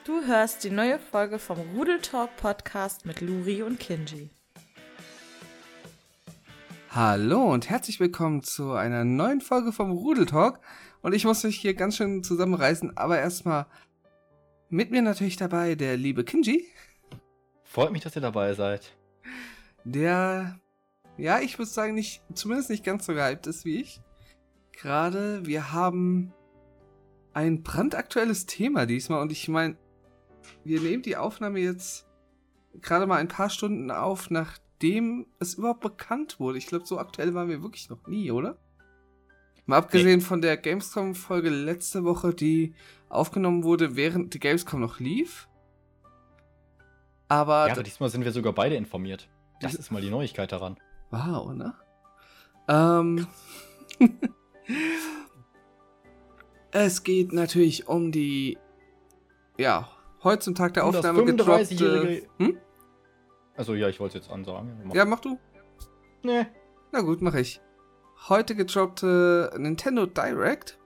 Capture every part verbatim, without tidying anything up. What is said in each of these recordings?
Du hörst die neue Folge vom Rudel Talk Podcast mit Luri und Kinji. Hallo und herzlich willkommen zu einer neuen Folge vom Rudel Talk. Und ich muss mich hier ganz schön zusammenreißen, aber erstmal mit mir natürlich dabei der liebe Kinji. Freut mich, dass ihr dabei seid. Der, ja, ich würde sagen, nicht, zumindest nicht ganz so gehypt ist wie ich. Gerade, wir haben ein brandaktuelles Thema diesmal und ich meine, wir nehmen die Aufnahme jetzt gerade mal ein paar Stunden auf, nachdem es überhaupt bekannt wurde. Ich glaube, so aktuell waren wir wirklich noch nie, oder? Mal abgesehen nee. von der Gamescom-Folge letzte Woche, die aufgenommen wurde, während die Gamescom noch lief. Aber, ja, aber diesmal sind wir sogar beide informiert. Das ist mal die Neuigkeit daran. Wow, ne? Ähm... Es geht natürlich um die, ja, heute zum Tag der um Aufnahme gedroppte... Hm? Also ja, ich wollte es jetzt ansagen. Mach. Ja, mach du. Nee. Na gut, mach ich. Heute gedroppte Nintendo Direct.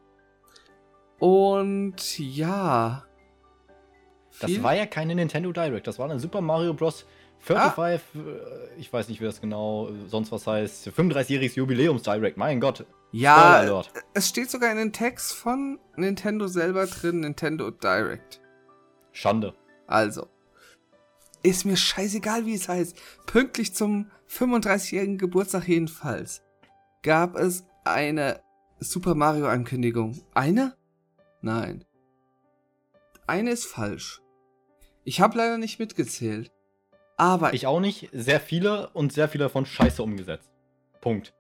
Und ja... Das war ja keine Nintendo Direct, das war eine Super Mario Bros. fünfundvierzig, ah. ich weiß nicht, wie das genau sonst was heißt, fünfunddreißigjähriges Jubiläums Direct, mein Gott. Ja, es steht sogar in den Text von Nintendo selber drin, Nintendo Direct. Schande. Also, ist mir scheißegal, wie es heißt. Pünktlich zum fünfunddreißigjährigen Geburtstag jedenfalls gab es eine Super Mario Ankündigung. Eine? Nein. Eine ist falsch. Ich habe leider nicht mitgezählt. Aber ich auch nicht. Sehr viele und sehr viele davon scheiße umgesetzt. Punkt.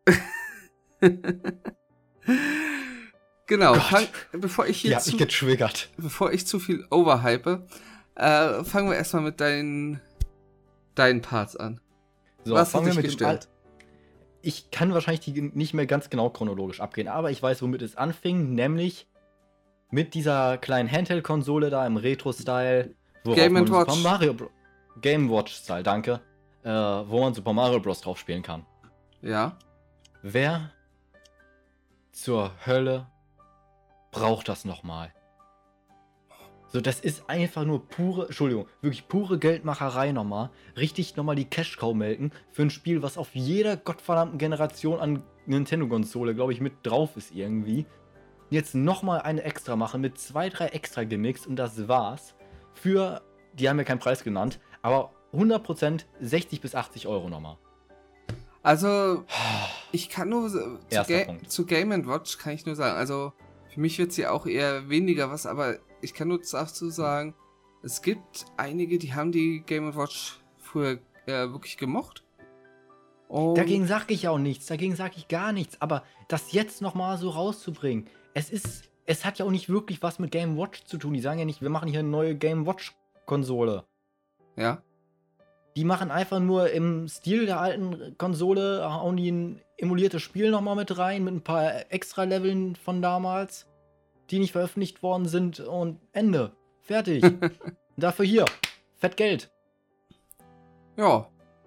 Genau, fang, bevor ich hier ja, zu, ich getriggert. Bevor ich zu viel overhype, äh, fangen wir erstmal mit deinen, deinen Parts an. So, was fangen hat wir dich mit gestört? Dem Al- ich kann wahrscheinlich die nicht mehr ganz genau chronologisch abgehen, aber ich weiß, womit es anfing, nämlich mit dieser kleinen Handheld-Konsole da im Retro-Style, worauf Game man and Watch. Super Mario Bros. Game Watch-Style, danke, äh, wo man Super Mario Bros. Drauf spielen kann. Ja. Wer zur Hölle braucht das nochmal? So, das ist einfach nur pure, Entschuldigung, wirklich pure Geldmacherei nochmal. Richtig nochmal die Cash-Cow melken für ein Spiel, was auf jeder gottverdammten Generation an Nintendo-Konsole, glaube ich, mit drauf ist irgendwie. Jetzt nochmal eine extra machen mit zwei, drei extra Gimmicks und das war's. Für, die haben ja keinen Preis genannt, aber hundert Prozent sechzig bis achtzig Euro nochmal. Also, ich kann nur, zu, Erster Ga- Punkt. zu Game and Watch kann ich nur sagen, also, für mich wird sie auch eher weniger was, aber ich kann nur dazu sagen, es gibt einige, die haben die Game and Watch früher äh, wirklich gemocht. Und Dagegen sag ich auch nichts, dagegen sag ich gar nichts, aber das jetzt nochmal so rauszubringen, es ist, es hat ja auch nicht wirklich was mit Game Watch zu tun. Die sagen ja nicht, wir machen hier eine neue Game Watch Konsole. Ja. Die machen einfach nur im Stil der alten Konsole, hauen die ein emuliertes Spiel nochmal mit rein, mit ein paar Extra-Leveln von damals, die nicht veröffentlicht worden sind und Ende. Fertig. Dafür hier, fett Geld. Ja.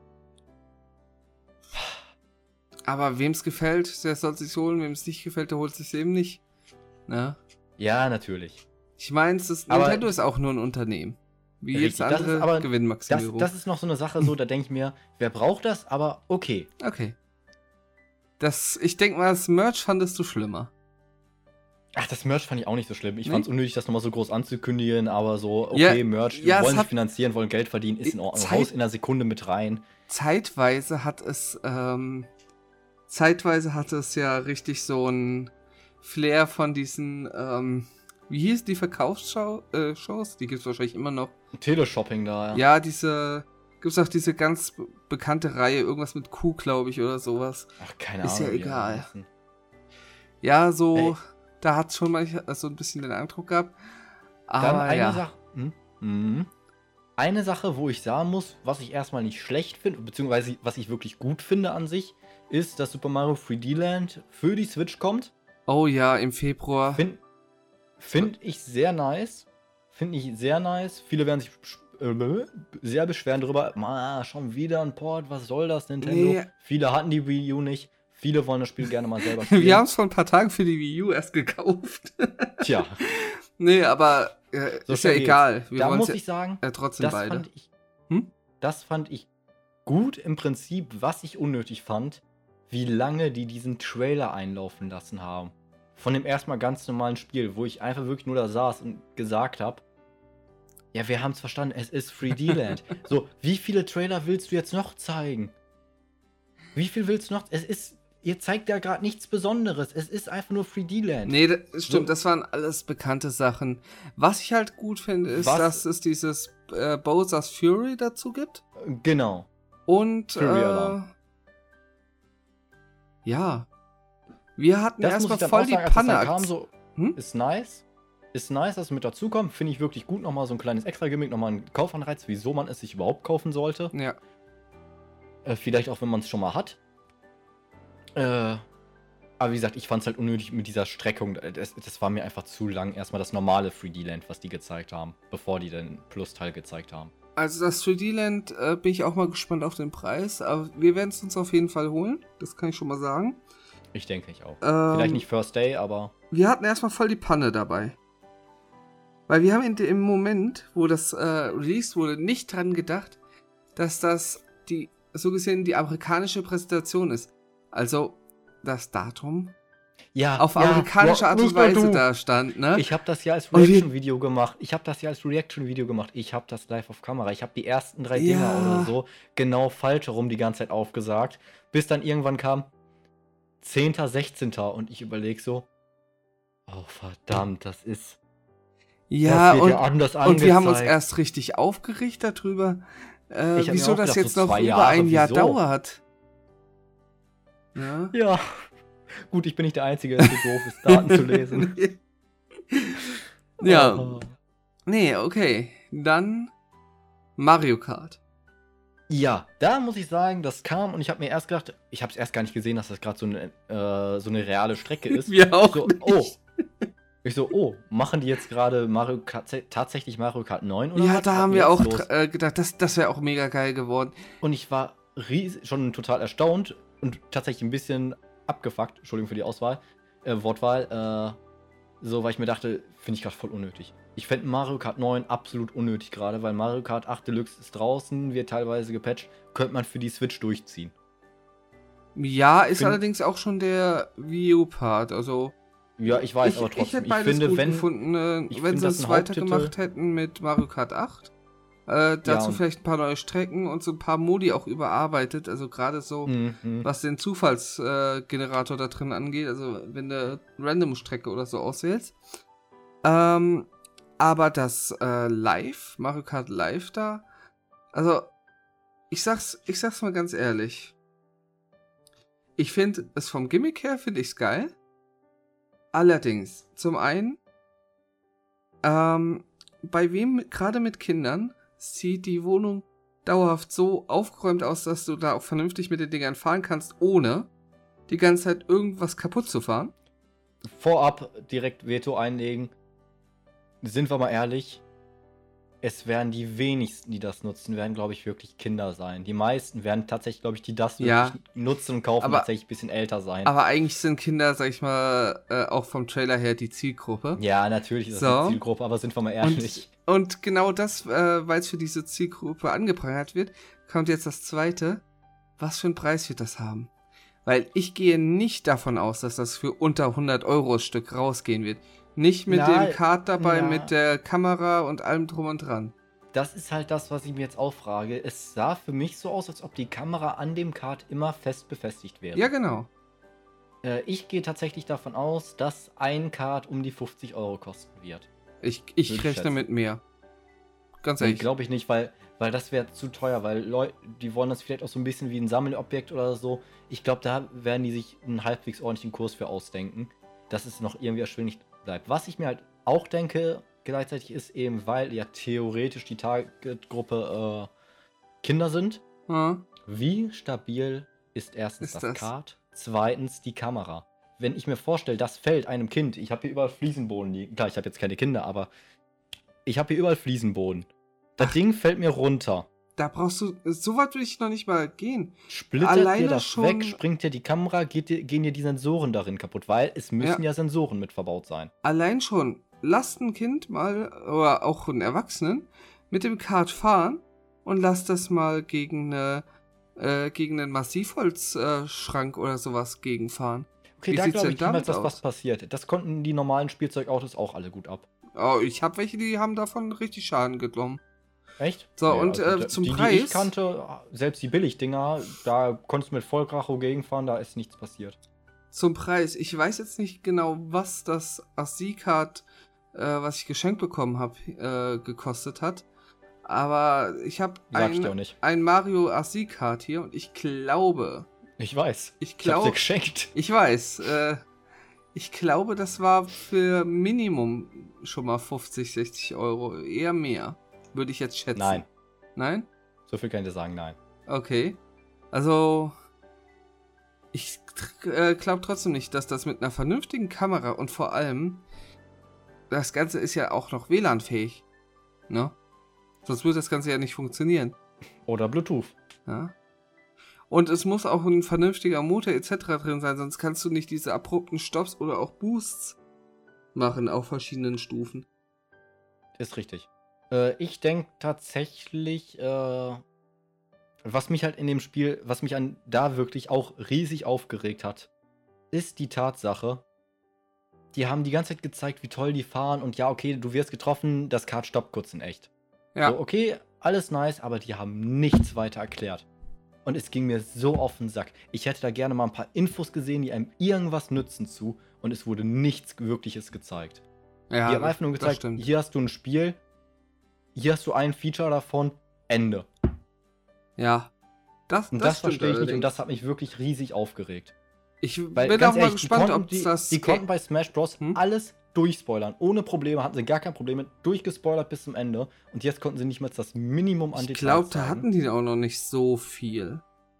Aber wem es gefällt, der soll sich's holen, wem es nicht gefällt, der holt sich's eben nicht. Na? Ja, natürlich. Ich meine, Nintendo ist auch nur ein Unternehmen. Wie Richtig, jetzt andere das ist aber, Gewinnmaximierung. Das, das ist noch so eine Sache, so, da denke ich mir, wer braucht das, aber okay. Okay. Das, ich denke mal, das Merch fandest du schlimmer. Ach, das Merch fand ich auch nicht so schlimm. Ich Nee? fand's unnötig, das nochmal so groß anzukündigen, aber so, okay, Ja, Merch, wir ja, es wollen hat- sich finanzieren, wollen Geld verdienen, ist in Ordnung. Zeit- Haus in einer Sekunde mit rein. Zeitweise hat es, ähm, zeitweise hatte es ja richtig so ein Flair von diesen, ähm, wie hieß die Verkaufsshows? Äh, Shows? Die gibt's wahrscheinlich immer noch. Teleshopping da, ja. Ja, diese, gibt's auch diese ganz be- bekannte Reihe, irgendwas mit Q, glaube ich, oder sowas. Ach, keine Ist Ahnung. ja wie die egal. heißen. Ja, so, Ey. da hat's schon mal so ein bisschen den Eindruck gehabt. Dann Aber eine ja. Sache. Hm? Mhm. Eine Sache, wo ich sagen muss, was ich erstmal nicht schlecht finde, beziehungsweise was ich wirklich gut finde an sich, ist, dass Super Mario drei D Land für die Switch kommt. Oh ja, im Februar. Finde find ich sehr nice. Finde ich sehr nice. Viele werden sich äh, sehr beschweren darüber. Ma, schon wieder ein Port, was soll das, Nintendo? Nee. Viele hatten die Wii U nicht. Viele wollen das Spiel gerne mal selber spielen. Wir haben es vor ein paar Tagen für die Wii U erst gekauft. Tja. Nee, aber äh, So ist ja schnell geht's. egal. Wir Da wollen's muss ja, ich sagen, äh, trotzdem das beide. fand ich, Hm? das fand ich gut im Prinzip. Was ich unnötig fand, wie lange die diesen Trailer einlaufen lassen haben. Von dem erstmal ganz normalen Spiel, wo ich einfach wirklich nur da saß und gesagt habe, ja, wir haben es verstanden, es ist drei D-Land. So, wie viele Trailer willst du jetzt noch zeigen? Wie viel willst du noch? Es ist, ihr zeigt ja gerade nichts Besonderes. Es ist einfach nur drei D-Land. Nee, das stimmt, So. das waren alles bekannte Sachen. Was ich halt gut finde, ist, Was- dass es dieses äh, Bowser's Fury dazu gibt. Genau. Und, Fury äh, Alarm. ja. Wir hatten Das muss erstmal ich dann voll auch die sagen, als das Panne. dann kam, so, Hm? ist nice. Ist nice, dass es mit dazukommt. Finde ich wirklich gut. Nochmal so ein kleines Extra-Gimmick, nochmal ein Kaufanreiz, wieso man es sich überhaupt kaufen sollte. Ja. Äh, vielleicht auch, wenn man es schon mal hat. Äh, aber wie gesagt, ich fand es halt unnötig mit dieser Streckung. Das, das war mir einfach zu lang. Erstmal das normale drei D-Land, was die gezeigt haben, bevor die den Plus-Teil gezeigt haben. Also das drei D-Land äh, bin ich auch mal gespannt auf den Preis, aber wir werden es uns auf jeden Fall holen, das kann ich schon mal sagen. Ich denke ich auch. Ähm, Vielleicht nicht First Day, aber Wir hatten erstmal voll die Panne dabei. Weil wir haben in dem Moment, wo das äh, released wurde, nicht dran gedacht, dass das die, so gesehen, die amerikanische Präsentation ist. Also das Datum ja, auf ja, amerikanische ja, Art und nicht nur Weise du. da stand, ne? Ich habe das ja als Und wir- Reaction-Video gemacht. Ich habe das ja als Reaction-Video gemacht. Ich habe das live auf Kamera. Ich habe die ersten drei Ja. Dinger oder so genau falsch herum die ganze Zeit aufgesagt. Bis dann irgendwann kam zehnter, sechzehnter und ich überlege so, oh verdammt, das ist, Ja, das wird und, ja anders und wir haben uns angezeigt. erst richtig aufgeregt darüber, äh, Ich hab mir wieso auch das gedacht, jetzt so noch zwei über Jahre, ein Jahr wieso? dauert. Ja. Ja, gut, ich bin nicht der Einzige, der so doof ist, Daten zu lesen. Ja. Oh. Nee, okay. Dann Mario Kart. Ja, da muss ich sagen, das kam und ich habe mir erst gedacht, ich habe es erst gar nicht gesehen, dass das gerade so eine, äh, so eine reale Strecke ist. Wir auch so, nicht. oh. Ich so, oh, machen die jetzt gerade Mario Kart, tatsächlich Mario Kart neun oder Ja, was? da Was haben ist wir auch los? dr- äh, gedacht, das, das wäre auch mega geil geworden. Und ich war ries schon total erstaunt und tatsächlich ein bisschen abgefuckt, Entschuldigung für die Auswahl, äh, Wortwahl, äh, so, weil ich mir dachte, finde ich gerade voll unnötig. Ich fände Mario Kart neun absolut unnötig gerade, weil Mario Kart acht Deluxe ist draußen, wird teilweise gepatcht, könnte man für die Switch durchziehen. Ja, ist Find- allerdings auch schon der Wii U-Part, also Ja, ich weiß, ich, aber ich trotzdem, hätte ich, beides finde, gut wenn, gefunden, äh, ich wenn find sie das es ein weitergemacht Haupttitel. hätten mit Mario Kart acht. Äh, dazu Ja. vielleicht ein paar neue Strecken und so ein paar Modi auch überarbeitet, also gerade so, Mhm. was den Zufallsgenerator äh, Generator da drin angeht, also wenn du Random-Strecke oder so auswählst. Ähm, aber das äh, Live, Mario Kart Live da, also ich sag's, ich sag's mal ganz ehrlich. Ich finde es vom Gimmick her, finde ich's geil. Allerdings, zum einen, ähm, bei wem, gerade mit Kindern, sieht die Wohnung dauerhaft so aufgeräumt aus, dass du da auch vernünftig mit den Dingern fahren kannst, ohne die ganze Zeit irgendwas kaputt zu fahren. Vorab direkt Veto einlegen. Sind wir mal ehrlich, es werden die wenigsten, die das nutzen, werden, glaube ich, wirklich Kinder sein. Die meisten werden tatsächlich, glaube ich, die das Ja. wirklich nutzen und kaufen, Aber- tatsächlich ein bisschen älter sein. Aber eigentlich sind Kinder, sag ich mal, äh, auch vom Trailer her die Zielgruppe. Ja, natürlich ist das So. eine Zielgruppe, aber sind wir mal ehrlich. Und, und genau das, äh, weil es für diese Zielgruppe angeprangert wird, kommt jetzt das Zweite. Was für einen Preis wird das haben? Weil ich gehe nicht davon aus, dass das für unter hundert Euro das Stück rausgehen wird. Nicht mit Na, dem Kart dabei, na. mit der Kamera und allem drum und dran. Das ist halt das, was ich mir jetzt auch frage. Es sah für mich so aus, als ob die Kamera an dem Kart immer fest befestigt wäre. Ja, genau. Äh, ich gehe tatsächlich davon aus, dass ein Kart um die fünfzig Euro kosten wird. Ich, ich Würde ich rechne schätzen. mit mehr. Ganz Nee, ehrlich. glaube ich nicht, weil, weil das wäre zu teuer, weil Leute, die wollen das vielleicht auch so ein bisschen wie ein Sammelobjekt oder so. Ich glaube, da werden die sich einen halbwegs ordentlichen Kurs für ausdenken, dass es noch irgendwie erschwinglich bleibt. Was ich mir halt auch denke, gleichzeitig ist eben, weil ja theoretisch die Targetgruppe äh, Kinder sind, Ja. wie stabil ist erstens Ist das, das? Kart, zweitens die Kamera. Wenn ich mir vorstelle, das fällt einem Kind, ich habe hier überall Fliesenboden liegen, klar, ich habe jetzt keine Kinder, aber ich habe hier überall Fliesenboden. Das Ach. Ding fällt mir runter. Da brauchst du, so weit würde ich noch nicht mal gehen. Splittert Alleine dir das schon- weg, springt dir die Kamera, geht dir, gehen dir die Sensoren darin kaputt, weil es müssen ja, Sensoren mit verbaut sein. Allein schon lasst ein Kind mal, oder auch einen Erwachsenen, mit dem Kart fahren und lasst das mal gegen eine, äh, gegen einen Massivholzschrank äh, oder sowas gegenfahren. Okay, Wie da sieht's glaube denn ich niemals, damit dass aus? was passiert. Das konnten die normalen Spielzeugautos auch alle gut ab. Oh, ich habe welche, die haben davon richtig Schaden genommen. Echt? So, Nee, und also äh, da- zum die, Preis. Die ich kannte, selbst die Billigdinger, da konntest du mit Vollkracho gegenfahren, da ist nichts passiert. Zum Preis. Ich weiß jetzt nicht genau, was das R C-Kart, äh, was ich geschenkt bekommen habe, äh, gekostet hat. Aber ich habe Sag ich dir auch ein, nicht. ein Mario R C-Kart hier und ich glaube, Ich weiß. ich Ich hab's glaube, dir geschenkt. ich weiß, äh, ich glaube, das war für Minimum schon mal fünfzig, sechzig Euro. Eher mehr, würde ich jetzt schätzen. Nein. Nein? So viel kann ich dir sagen, nein. Okay. Also, ich äh, glaube trotzdem nicht, dass das mit einer vernünftigen Kamera und vor allem, das Ganze ist ja auch noch W L A N-fähig. Ne? Sonst würde das Ganze ja nicht funktionieren. Oder Bluetooth. Ja? Und es muss auch ein vernünftiger Motor et cetera drin sein, sonst kannst du nicht diese abrupten Stopps oder auch Boosts machen auf verschiedenen Stufen. Ist richtig. Äh, ich denke tatsächlich, äh, was mich halt in dem Spiel, was mich an da wirklich auch riesig aufgeregt hat, ist die Tatsache, die haben die ganze Zeit gezeigt, wie toll die fahren und ja, okay, du wirst getroffen, das Kart stoppt kurz in echt. Ja. So, okay, alles nice, aber die haben nichts weiter erklärt. Und es ging mir so auf den Sack. Ich hätte da gerne mal ein paar Infos gesehen, die einem irgendwas nützen zu. Und es wurde nichts Wirkliches gezeigt. Ja, die haben einfach nur das gezeigt, stimmt. hier hast du ein Spiel, hier hast du ein Feature davon, Ende. Ja. Das, Und das, das, stimmt verstehe ich nicht und allerdings. das hat mich wirklich riesig aufgeregt. Ich Weil, bin ganz auch mal ehrlich, die gespannt, konnten, ob die, das... die konnten bei Smash Bros. Hm? Alles durchspoilern. Ohne Probleme, hatten sie gar kein Problem mit. Durchgespoilert bis zum Ende. Und jetzt konnten sie nicht mal das Minimum an Ich Details glaube, da zeigen. hatten die auch noch nicht so viel.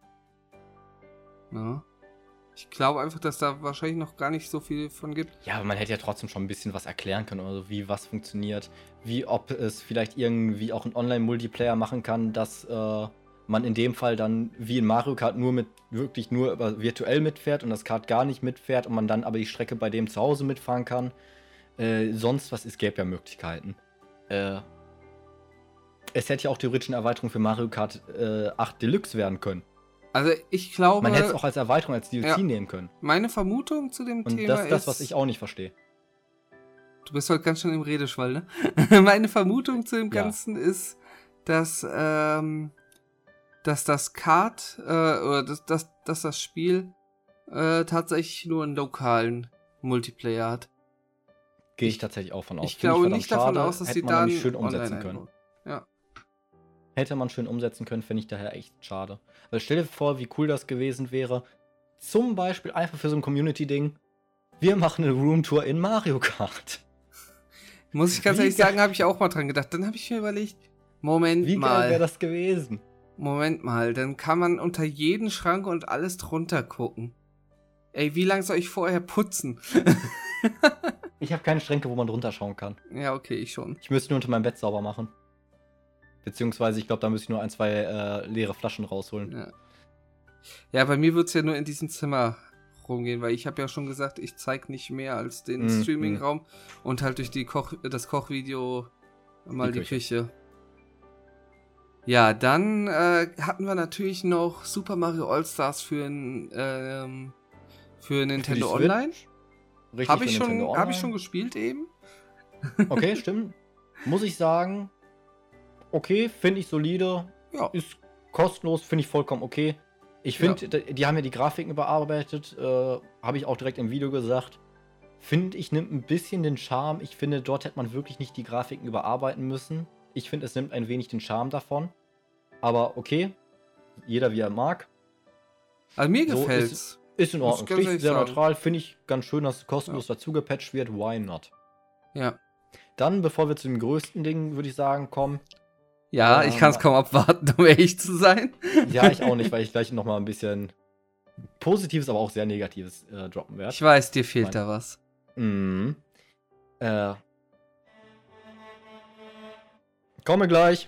Ja. Ich glaube einfach, dass da wahrscheinlich noch gar nicht so viel von gibt. Ja, aber man hätte ja trotzdem schon ein bisschen was erklären können, also wie was funktioniert, wie ob es vielleicht irgendwie auch ein Online-Multiplayer machen kann, dass äh, man in dem Fall dann wie in Mario Kart nur mit wirklich nur über virtuell mitfährt und das Kart gar nicht mitfährt und man dann aber die Strecke bei dem zu Hause mitfahren kann. Äh, sonst was, es gäbe ja Möglichkeiten. Äh, es hätte ja auch theoretisch eine Erweiterung für Mario Kart äh, acht Deluxe werden können. Also ich glaube, Man hätte es auch als Erweiterung, als D L C ja. nehmen können. meine Vermutung zu dem Und Thema das ist das, ist... was ich auch nicht verstehe. Du bist heute ganz schön im Redeschwall, ne? Meine Vermutung zu dem Ja. Ganzen ist, dass, ähm, dass das Kart, äh, oder dass, dass, dass das Spiel äh, tatsächlich nur einen lokalen Multiplayer hat. Gehe ich tatsächlich auch von aus. Ich Finde glaube verdammt nicht davon schade. aus, dass Hätte sie man da nämlich schön online umsetzen können. einbauen. Ja. Hätte man schön umsetzen können, finde ich daher echt schade. Weil stell dir vor, wie cool das gewesen wäre. Zum Beispiel einfach für so ein Community-Ding. Wir machen eine Roomtour in Mario Kart. Muss ich ganz Wie ehrlich geil- sagen, habe ich auch mal dran gedacht. Dann habe ich mir überlegt, Moment Wie geil mal, wäre das gewesen? Moment mal, dann kann man unter jeden Schrank und alles drunter gucken. Ey, wie lange soll ich vorher putzen? Ich habe keine Schränke, wo man drunter schauen kann. Ja, okay, ich schon. Ich müsste nur unter meinem Bett sauber machen. Beziehungsweise, ich glaube, da müsste ich nur ein, zwei äh, leere Flaschen rausholen. Ja, ja bei mir wird es ja nur in diesem Zimmer rumgehen, weil ich habe ja schon gesagt, ich zeige nicht mehr als den Mm, Streaming-Raum und halt durch die Koch das Kochvideo mal Die die, Küche. Ja, dann äh, hatten wir natürlich noch Super Mario All-Stars für, n- ähm, für Nintendo Switch? Online. Richtig Habe für ich, schon- Nintendo hab ich Online. schon gespielt eben. Okay, stimmt. Muss ich sagen, okay, finde ich solide. Ja, Ist kostenlos, finde ich vollkommen okay. Ich finde, die, die haben ja die Grafiken überarbeitet, äh, habe ich auch direkt im Video gesagt. Finde ich, nimmt ein bisschen den Charme. Ich finde, dort hätte man wirklich nicht die Grafiken überarbeiten müssen. Ich finde, es nimmt ein wenig den Charme davon. Aber okay, jeder wie er mag. also mir So gefällt's. Ist in Muss Ordnung. ganz Sprich, ehrlich sehr sagen. neutral, finde ich ganz schön, dass es kostenlos dazu gepatcht wird. Why not? Ja. Dann, bevor wir zu dem größten Ding, würde ich sagen, kommen. Ja, Ähm, ich kann es kaum abwarten, um ehrlich zu sein. Ja, ich auch nicht, weil ich gleich nochmal ein bisschen Positives, aber auch sehr Negatives äh, droppen werde. Ich weiß, dir fehlt Mein- da was. Mhm. Äh. Komme gleich.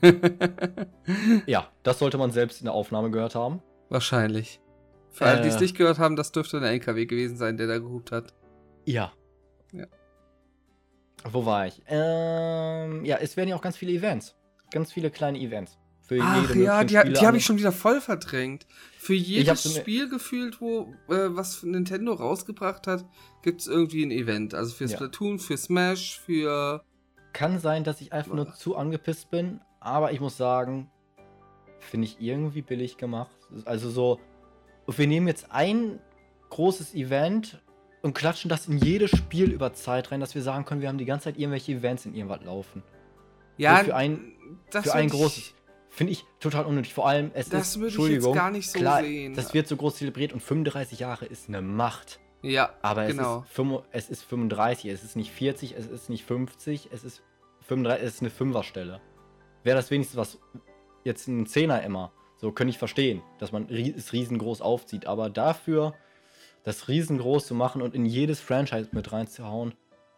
Ja, das sollte man selbst in der Aufnahme gehört haben. Wahrscheinlich. Für alle, die es Äh. nicht gehört haben, das dürfte ein L K W gewesen sein, der da gehupt hat. Ja. Ja. Wo war ich? Ähm, ja, es werden ja auch ganz viele Events. Ganz viele kleine Events. Für Ach jede ja, die, möglichen die habe Spiele- ich schon wieder voll verdrängt. Für Ich jedes hab's mir- Spiel gefühlt, wo äh, was Nintendo rausgebracht hat, gibt es irgendwie ein Event. Also für Ja. Splatoon, für Smash, für... Kann sein, dass ich einfach nur zu angepisst bin, aber ich muss sagen, finde ich irgendwie billig gemacht. Also so, wir nehmen jetzt ein großes Event und klatschen das in jedes Spiel über Zeit rein, dass wir sagen können, wir haben die ganze Zeit irgendwelche Events in irgendwas laufen. Ja, So für ein, das für ein würd ich- großes. Finde ich total unnötig. Vor allem, es Das ist, würde ich jetzt Entschuldigung, gar nicht so klar, sehen. das wird so groß zelebriert und fünfunddreißig Jahre ist eine Macht. Ja, Aber genau. es, ist fünf, es ist fünfunddreißig, es ist nicht vierzig, es ist nicht fünfzig, es ist fünfunddreißig, es ist eine Fünferstelle. Wäre das wenigstens was, jetzt ein Zehner immer, so könnte ich verstehen, dass man ri- es riesengroß aufzieht, aber dafür das riesengroß zu machen und in jedes Franchise mit reinzuhauen,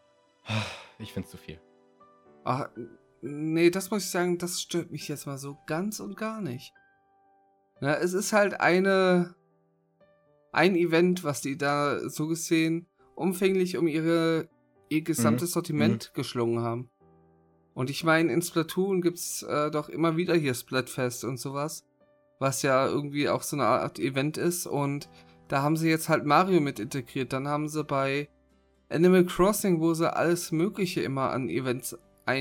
ich finde es zu viel. Ach, nee, das muss ich sagen, das stört mich jetzt mal so ganz und gar nicht. Ja, es ist halt eine ein Event, was die da so gesehen umfänglich um ihre ihr gesamtes Mhm. Sortiment geschlungen haben. Und ich meine, in Splatoon gibt's äh, doch immer wieder hier Splatfest und sowas, was ja irgendwie auch so eine Art Event ist. Und da haben sie jetzt halt Mario mit integriert. Dann haben sie bei Animal Crossing, wo sie alles Mögliche immer an Events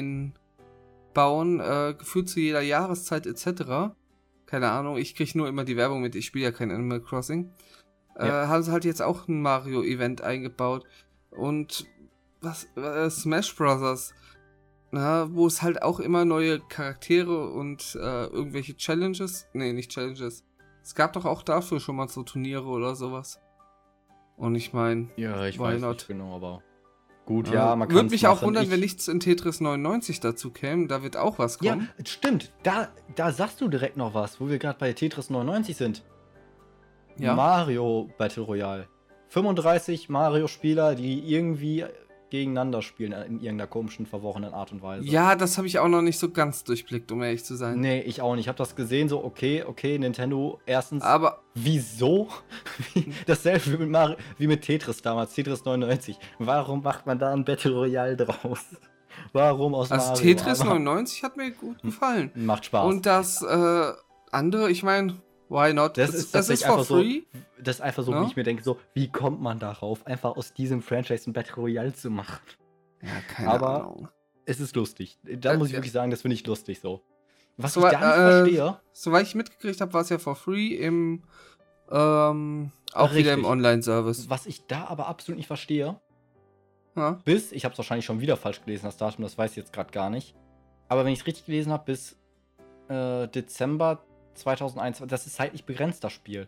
einbauen, äh, gefühlt zu jeder Jahreszeit et cetera. Keine Ahnung, ich kriege nur immer die Werbung mit, ich spiele ja kein Animal Crossing. Ja. Äh, haben sie halt jetzt auch ein Mario-Event eingebaut. Und was, äh, Smash Brothers, na, wo es halt auch immer neue Charaktere und äh, irgendwelche Challenges, nee, nicht Challenges. Es gab doch auch dafür schon mal so Turniere oder sowas. Und ich meine, Ja, ich Why weiß not? nicht genau, aber gut, ja, ja, man kann würde mich auch wundern, wenn nichts in Tetris neunundneunzig dazu käme. Da wird auch was Ja, kommen. stimmt. Da, da sagst du direkt noch was, wo wir gerade bei Tetris neunundneunzig sind. Ja. Mario Battle Royale. fünfunddreißig Mario-Spieler, die irgendwie gegeneinander spielen in irgendeiner komischen, verworrenen Art und Weise. Ja, das habe ich auch noch nicht so ganz durchblickt, um ehrlich zu sein. Nee, ich auch nicht. Ich habe das gesehen, so, okay, okay, Nintendo, erstens, Aber wieso? Wie- Dasselbe wie mit, Mario, wie mit Tetris damals, Tetris neunundneunzig. Warum macht man da ein Battle Royale draus? Warum aus also Mario? Tetris Aber neunundneunzig hat mir gut gefallen. Macht Spaß. Und das äh, andere, ich meine, why not? Das Es- ist es tatsächlich for einfach so, free. das ist einfach so, Ja? wie ich mir denke, so, wie kommt man darauf, einfach aus diesem Franchise ein Battle Royale zu machen? Ja, keine Aber- Ahnung. Es ist lustig. Da Äh, muss ich ja. wirklich sagen, das finde ich lustig so. Was So, ich gar nicht äh, verstehe, Soweit ich mitgekriegt habe, war es ja for free im ähm, auch wieder im Richtig. Online-Service. was ich da aber absolut nicht verstehe, Ja? bis, ich habe es wahrscheinlich schon wieder falsch gelesen, das Datum, das weiß ich jetzt gerade gar nicht. Aber wenn ich es richtig gelesen habe, bis äh, Dezember zweitausendeins, das ist zeitlich begrenzt, das Spiel.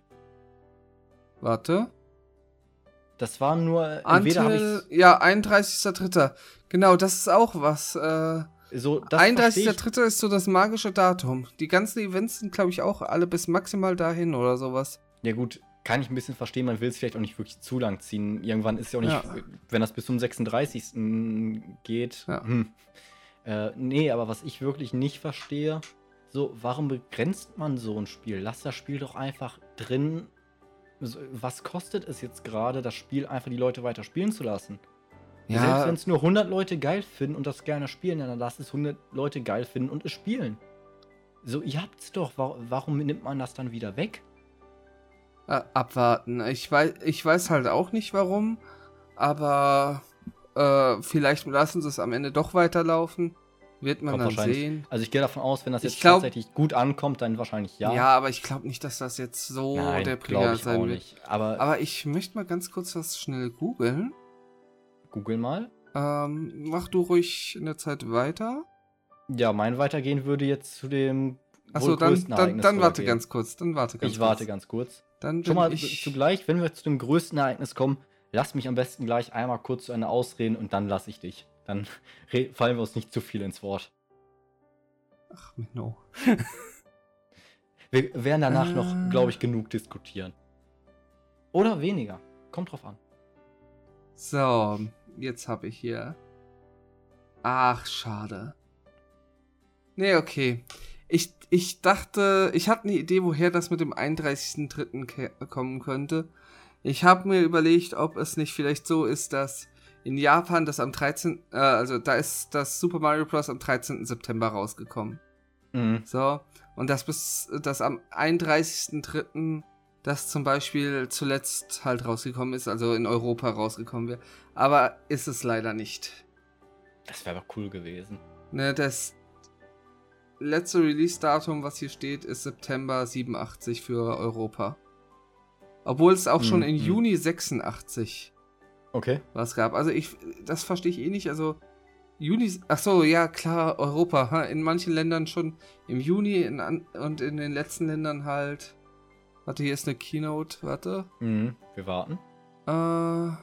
Warte. Das war nur, entweder habe Until, ich ja, einunddreißigster dritter Genau, das ist auch was. Äh, so, das einunddreißigster verstehe dritter ist so das magische Datum. Die ganzen Events sind, glaube ich, auch alle bis maximal dahin oder sowas. ich, ja gut, kann ich ein bisschen verstehen, man will es vielleicht auch nicht wirklich zu lang ziehen. Irgendwann ist ja auch nicht, Ja. wenn das bis zum sechsunddreißigsten geht. Ja. Hm. Äh, nee, aber was ich wirklich nicht verstehe, so, warum begrenzt man so ein Spiel? Lass das Spiel doch einfach drin. So, was kostet es jetzt gerade, das Spiel einfach die Leute weiter spielen zu lassen? Selbst Ja, wenn es nur hundert Leute geil finden und das gerne spielen, dann lass es hundert Leute geil finden und es spielen. So, ihr habt's doch. Wa- Warum nimmt man das dann wieder weg? äh, abwarten. Ich weiß, ich weiß halt auch nicht warum, aber äh, vielleicht lassen sie es am Ende doch weiterlaufen. Wird man Kommt dann wahrscheinlich- sehen. Also ich gehe davon aus, wenn das Ich jetzt glaub- tatsächlich gut ankommt, dann wahrscheinlich ja. Ja, aber ich glaube nicht, dass das jetzt so Nein, der glaube Bringer ich sein auch wird. nicht. Aber, Aber ich möchte mal ganz kurz was schnell googeln. google mal. Ähm, mach du ruhig in der Zeit weiter. Ja, mein Weitergehen würde jetzt zu dem Achso, wohl dann, größten dann, Ereignis dann warte rübergehen. ganz kurz. Dann warte ganz Ich kurz. warte ganz kurz. Dann Schon bin mal ich, zugleich, wenn wir zu dem größten Ereignis kommen, lass mich am besten gleich einmal kurz zu Ende ausreden und dann lasse ich dich. Dann re- fallen wir uns nicht zu viel ins Wort. Ach, no. Wir werden danach Äh. noch, glaube ich, genug diskutieren. Oder weniger. Kommt drauf an. So, jetzt habe ich hier. Ach, schade. Nee, okay. Ich, ich dachte, ich hatte eine Idee, woher das mit dem einunddreißigsten dritten ke- kommen könnte. Ich habe mir überlegt, ob es nicht vielleicht so ist, dass in Japan das am dreizehnten Äh, also da ist das Super Mario Bros. Am dreizehnten September rausgekommen. Mhm. So, und das bis das am einunddreißigsten dritten das zum Beispiel zuletzt halt rausgekommen ist, also in Europa rausgekommen wäre. Aber ist es leider nicht. Das wäre doch cool gewesen. Ne, das letzte Release-Datum, was hier steht, ist September siebenundachtzig für Europa. Obwohl es auch schon Mhm. in Juni sechsundachtzig Okay. was gab. Also ich, das verstehe ich eh nicht. Also Juni, ach so, ja klar, Europa. ha, In manchen Ländern schon im Juni in, an- und in den letzten Ländern halt. Warte, hier ist eine Keynote. Warte. Mhm. Wir warten. Äh.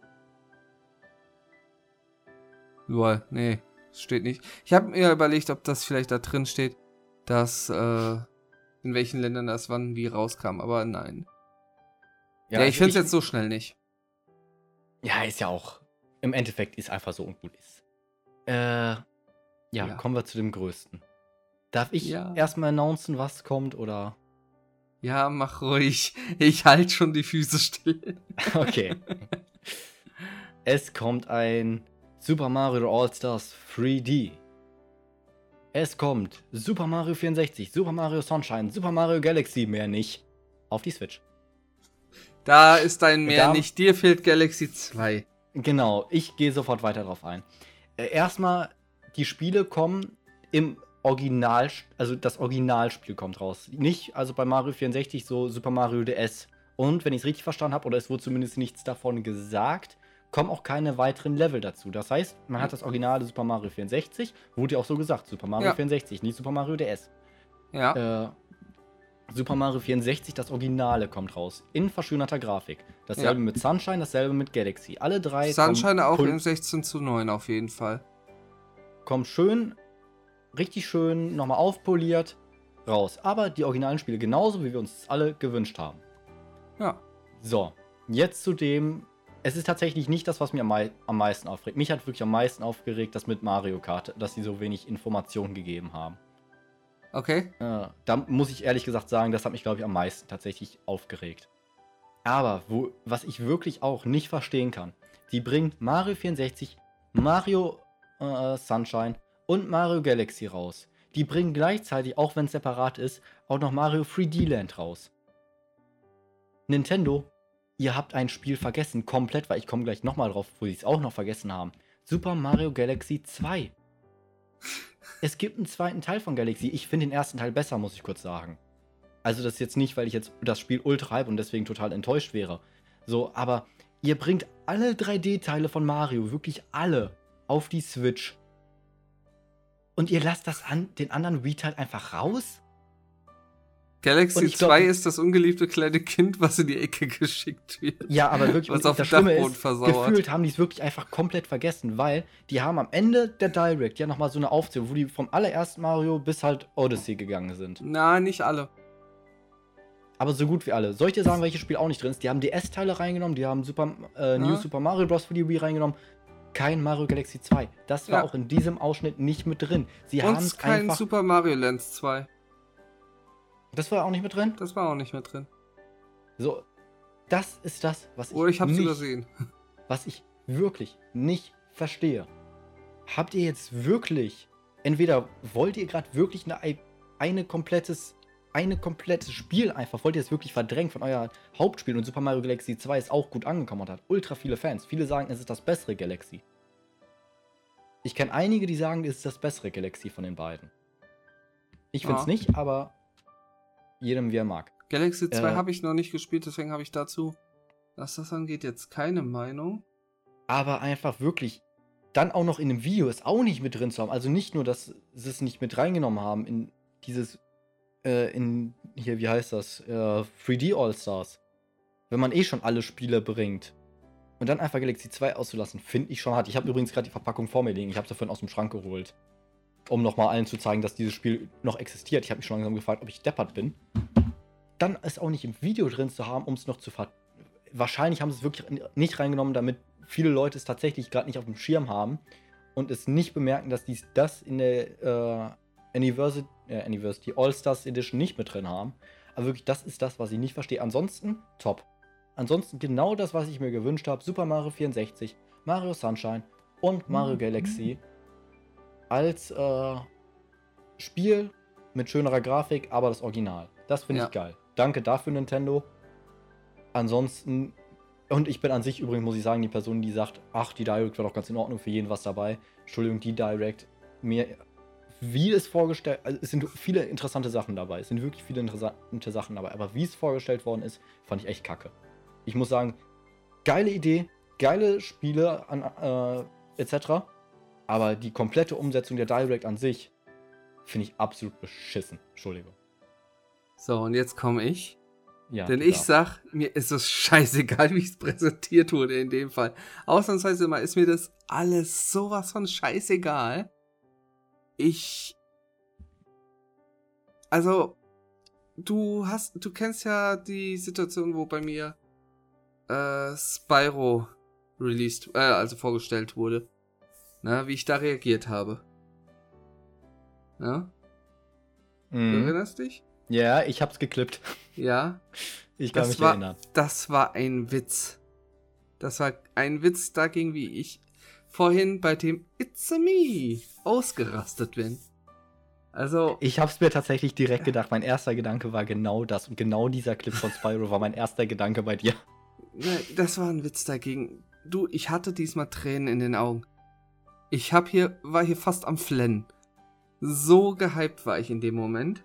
Lol, nee, steht nicht. Ich habe mir überlegt, ob das vielleicht da drin steht, dass äh, in welchen Ländern das wann wie rauskam, aber nein. Ja, ich finde es jetzt so schnell nicht. Ja, ist ja auch. Im Endeffekt ist einfach so und gut ist. Äh, ja, Ja. kommen wir zu dem Größten. Darf ich Ja. erstmal announcen, was kommt, oder? Ja, mach ruhig. Ich halte schon die Füße still. Okay. Es kommt ein Super Mario All-Stars drei D. Es kommt Super Mario vierundsechzig, Super Mario Sunshine, Super Mario Galaxy, mehr nicht, auf die Switch. Da ist dein Mehr Da- nicht. Dir fehlt Galaxy zwei. Genau, ich gehe sofort weiter drauf ein. Äh, erstmal, die Spiele kommen im Original, also das Originalspiel kommt raus. Nicht, also bei Mario vierundsechzig so Super Mario D S. Und wenn ich es richtig verstanden habe, oder es wurde zumindest nichts davon gesagt, kommen auch keine weiteren Level dazu. Das heißt, man hat das originale Super Mario vierundsechzig, wurde ja auch so gesagt, Super Mario Ja. vierundsechzig, nicht Super Mario D S. Ja. Äh, Super Mario vierundsechzig, das Originale, kommt raus. In verschönerter Grafik. Dasselbe Ja. mit Sunshine, dasselbe mit Galaxy. Alle drei Sunshine kommen auch pul- in sechzehn zu neun auf jeden Fall. kommt schön, richtig schön, nochmal aufpoliert raus. Aber die originalen Spiele genauso, wie wir uns das alle gewünscht haben. Ja. So, jetzt zu dem. Es ist tatsächlich nicht das, was mir am, mei am meisten aufregt. Mich hat wirklich am meisten aufgeregt, das mit Mario Kart, dass sie so wenig Informationen gegeben haben. Okay. Äh, da muss ich ehrlich gesagt sagen, das hat mich, glaube ich, am meisten tatsächlich aufgeregt. Aber wo, was ich wirklich auch nicht verstehen kann, die bringen Mario vierundsechzig, Mario äh, Sunshine und Mario Galaxy raus. Die bringen gleichzeitig, auch wenn es separat ist, auch noch Mario drei D Land raus. Nintendo, ihr habt ein Spiel vergessen, komplett, weil ich komme gleich nochmal drauf, wo sie es auch noch vergessen haben. Super Mario Galaxy zwei. Es gibt einen zweiten Teil von Galaxy. Ich finde den ersten Teil besser, muss ich kurz sagen. Also das ist jetzt nicht, weil ich jetzt das Spiel ultra hype und deswegen total enttäuscht wäre. So, aber ihr bringt alle drei D-Teile von Mario, wirklich alle, auf die Switch. Und ihr lasst das an den anderen Wii-Teil einfach raus? Und Galaxy ich glaub- zwei ist das ungeliebte kleine Kind, was in die Ecke geschickt wird. Ja, aber wirklich, Was und auf dem das Schlimme Dachboden ist, versauert. gefühlt haben die es wirklich einfach komplett vergessen, weil die haben am Ende der Direct ja nochmal so eine Aufzählung, wo die vom allerersten Mario bis halt Odyssey gegangen sind. Na, nicht alle. Aber so gut wie alle. Soll ich dir sagen, welches Spiel auch nicht drin ist? Die haben D S-Teile reingenommen, die haben Super, äh, New Ja. Super Mario Bros. Für die Wii reingenommen. Kein Mario Galaxy zwei. Das war Ja. auch in diesem Ausschnitt nicht mit drin. Sie haben Und kein einfach... Super Mario Land zwei. Das war auch nicht mit drin? Das war auch nicht mehr drin. So, das ist das, was ich, Oder ich hab's nicht, übersehen. was ich wirklich nicht verstehe. Habt ihr jetzt wirklich, entweder wollt ihr gerade wirklich eine, eine komplettes, eine komplettes Spiel einfach, wollt ihr es wirklich verdrängen von euer Hauptspiel, und Super Mario Galaxy zwei ist auch gut angekommen und hat ultra viele Fans. Viele sagen, es ist das bessere Galaxy. Ich kenne einige, die sagen, es ist das bessere Galaxy von den beiden. Ich finde es Ja. nicht, aber jedem wie er mag. Galaxy zwei Äh. habe ich noch nicht gespielt, deswegen habe ich dazu, was das angeht, jetzt keine Meinung. Aber einfach wirklich, dann auch noch in einem Video ist auch nicht mit drin zu haben. Also nicht nur, dass sie es nicht mit reingenommen haben in dieses, äh, in, hier, wie heißt das, äh, drei D All-Stars. Wenn man eh schon alle Spiele bringt. Und dann einfach Galaxy zwei auszulassen, finde ich schon hart. Ich habe übrigens gerade die Verpackung vor mir liegen. Ich habe sie vorhin aus dem Schrank geholt. Um nochmal allen zu zeigen, dass dieses Spiel noch existiert. Ich habe mich schon langsam gefragt, ob ich deppert bin. Dann ist auch nicht im Video drin zu haben, um es noch zu ver... Wahrscheinlich haben sie es wirklich nicht reingenommen, damit viele Leute es tatsächlich gerade nicht auf dem Schirm haben und es nicht bemerken, dass die das in der äh, Anniversary, äh, Anniversary All-Stars Edition nicht mit drin haben. Aber wirklich, das ist das, was ich nicht verstehe. Ansonsten, top. Ansonsten genau das, was ich mir gewünscht habe. Super Mario vierundsechzig, Mario Sunshine und Mario Mhm. Galaxy als äh, Spiel mit schönerer Grafik, aber das Original. Das finde Ja. ich geil. Danke dafür, Nintendo. Ansonsten, und ich bin an sich übrigens, muss ich sagen, die Person, die sagt, ach, die Direct war doch ganz in Ordnung, für jeden was dabei. Entschuldigung, die Direct, mir, wie es vorgestellt, also es sind viele interessante Sachen dabei. Es sind wirklich viele interessante Sachen dabei. Aber wie es vorgestellt worden ist, fand ich echt kacke. Ich muss sagen, geile Idee, geile Spiele an, äh, et cetera. Aber die komplette Umsetzung der Direct an sich finde ich absolut beschissen. Entschuldigung. So, und jetzt komme ich. Ja, Denn du ich darfst. sag, mir ist es scheißegal, wie es präsentiert wurde in dem Fall. Ausnahmsweise mal ist mir das alles sowas von scheißegal. Ich. Also, du hast, du kennst ja die Situation, wo bei mir äh, Spyro released, äh, also vorgestellt wurde. Na, wie ich da reagiert habe. Ja? Du Mhm. erinnerst dich? Ja, ich hab's geklippt. Ja. Ich kann Das mich war, erinnern. das war ein Witz. Das war ein Witz dagegen, wie ich vorhin bei dem It's a Me ausgerastet bin. Also, Ich hab's mir tatsächlich direkt gedacht. Mein erster Gedanke war genau das. Und genau dieser Clip von Spyro war mein erster Gedanke bei dir. ne, das war ein Witz dagegen. Du, ich hatte diesmal Tränen in den Augen. Ich hab hier, war hier fast am Flennen. So gehypt war ich in dem Moment.